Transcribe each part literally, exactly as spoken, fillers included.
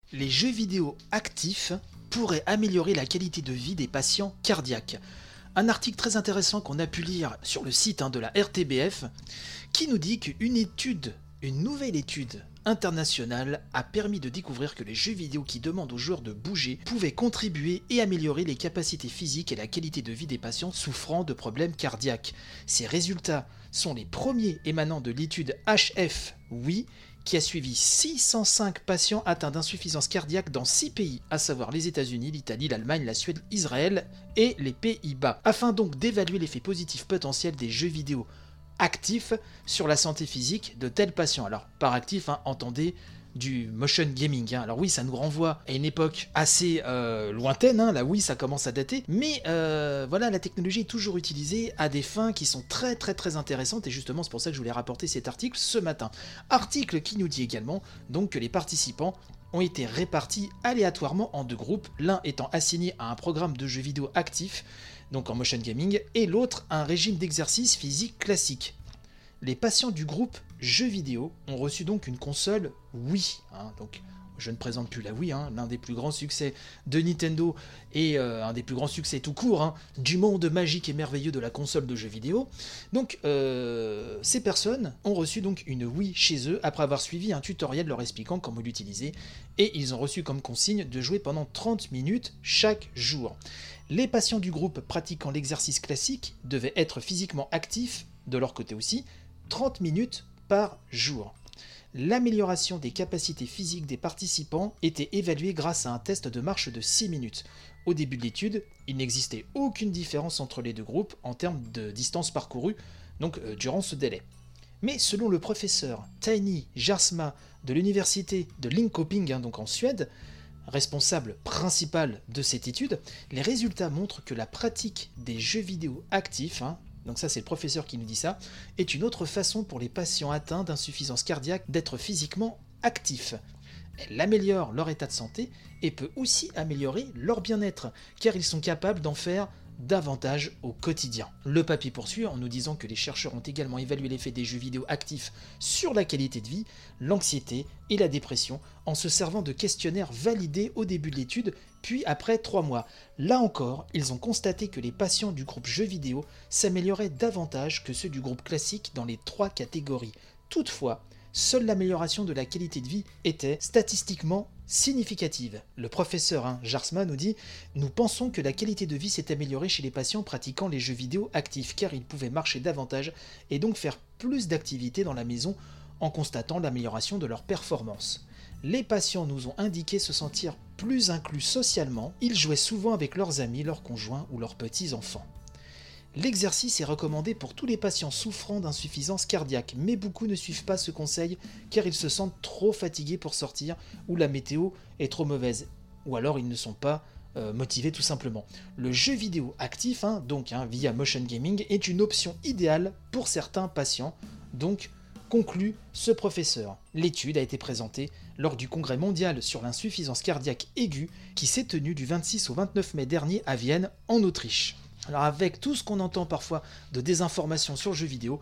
Les jeux vidéo actifs pourraient améliorer la qualité de vie des patients cardiaques. Un article très intéressant qu'on a pu lire sur le site hein, de la R T B F qui nous dit qu'une étude, une nouvelle étude internationale a permis de découvrir que les jeux vidéo qui demandent aux joueurs de bouger pouvaient contribuer et améliorer les capacités physiques et la qualité de vie des patients souffrant de problèmes cardiaques. Ces résultats sont les premiers émanant de l'étude H F W I qui a suivi six cent cinq patients atteints d'insuffisance cardiaque dans six pays, à savoir les États-Unis, l'Italie, l'Allemagne, la Suède, Israël et les Pays-Bas, afin donc d'évaluer l'effet positif potentiel des jeux vidéo actifs sur la santé physique de tels patients. Alors par actif, hein, entendez du motion gaming. Hein. Alors oui, ça nous renvoie à une époque assez euh, lointaine, hein. Là oui, ça commence à dater, mais euh, voilà, la technologie est toujours utilisée à des fins qui sont très très très intéressantes, et justement c'est pour ça que je voulais rapporter cet article ce matin. Article qui nous dit également donc que les participants ont été répartis aléatoirement en deux groupes, l'un étant assigné à un programme de jeux vidéo actif, donc en motion gaming, et l'autre à un régime d'exercice physique classique. Les patients du groupe jeux vidéo ont reçu donc une console Wii, hein, donc je ne présente plus la Wii, hein, l'un des plus grands succès de Nintendo et euh, un des plus grands succès tout court hein, du monde magique et merveilleux de la console de jeux vidéo. Donc euh, ces personnes ont reçu donc une Wii chez eux après avoir suivi un tutoriel leur expliquant comment l'utiliser, et ils ont reçu comme consigne de jouer pendant trente minutes chaque jour. Les patients du groupe pratiquant l'exercice classique devaient être physiquement actifs de leur côté aussi, trente minutes par jour. L'amélioration des capacités physiques des participants était évaluée grâce à un test de marche de six minutes. Au début de l'étude, il n'existait aucune différence entre les deux groupes en termes de distance parcourue, donc euh, durant ce délai. Mais selon le professeur Tiny Jarsma de l'université de Linköping, hein, donc en Suède, responsable principal de cette étude, les résultats montrent que la pratique des jeux vidéo actifs, hein, donc ça c'est le professeur qui nous dit ça, est une autre façon pour les patients atteints d'insuffisance cardiaque d'être physiquement actifs. Elle améliore leur état de santé et peut aussi améliorer leur bien-être, car ils sont capables d'en faire davantage au quotidien. Le papier poursuit en nous disant que les chercheurs ont également évalué l'effet des jeux vidéo actifs sur la qualité de vie, l'anxiété et la dépression en se servant de questionnaires validés au début de l'étude, puis après trois mois. Là encore, ils ont constaté que les patients du groupe jeux vidéo s'amélioraient davantage que ceux du groupe classique dans les trois catégories. Toutefois, seule l'amélioration de la qualité de vie était statistiquement significative. Le professeur hein, Jarsma nous dit « Nous pensons que la qualité de vie s'est améliorée chez les patients pratiquant les jeux vidéo actifs, car ils pouvaient marcher davantage et donc faire plus d'activités dans la maison en constatant l'amélioration de leur performance. Les patients nous ont indiqué se sentir plus inclus socialement, ils jouaient souvent avec leurs amis, leurs conjoints ou leurs petits-enfants. » L'exercice est recommandé pour tous les patients souffrant d'insuffisance cardiaque, mais beaucoup ne suivent pas ce conseil car ils se sentent trop fatigués pour sortir ou la météo est trop mauvaise, ou alors ils ne sont pas euh, motivés tout simplement. Le jeu vidéo actif, hein, donc hein, via motion gaming, est une option idéale pour certains patients, donc conclut ce professeur. L'étude a été présentée lors du congrès mondial sur l'insuffisance cardiaque aiguë qui s'est tenu du vingt-six au vingt-neuf mai dernier à Vienne, en Autriche. Alors avec tout ce qu'on entend parfois de désinformation sur le jeu vidéo,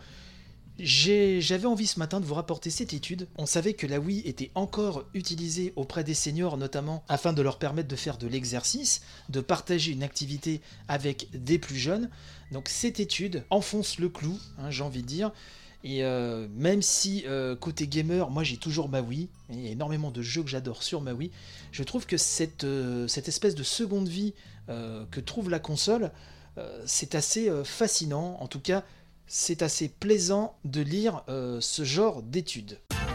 j'ai, j'avais envie ce matin de vous rapporter cette étude. On savait que la Wii était encore utilisée auprès des seniors notamment afin de leur permettre de faire de l'exercice, de partager une activité avec des plus jeunes. Donc cette étude enfonce le clou, hein, j'ai envie de dire. Et euh, même si euh, côté gamer, moi j'ai toujours ma Wii, il y a énormément de jeux que j'adore sur ma Wii, je trouve que cette, euh, cette espèce de seconde vie euh, que trouve la console, Euh, c'est assez euh, fascinant, en tout cas c'est assez plaisant de lire euh, ce genre d'études.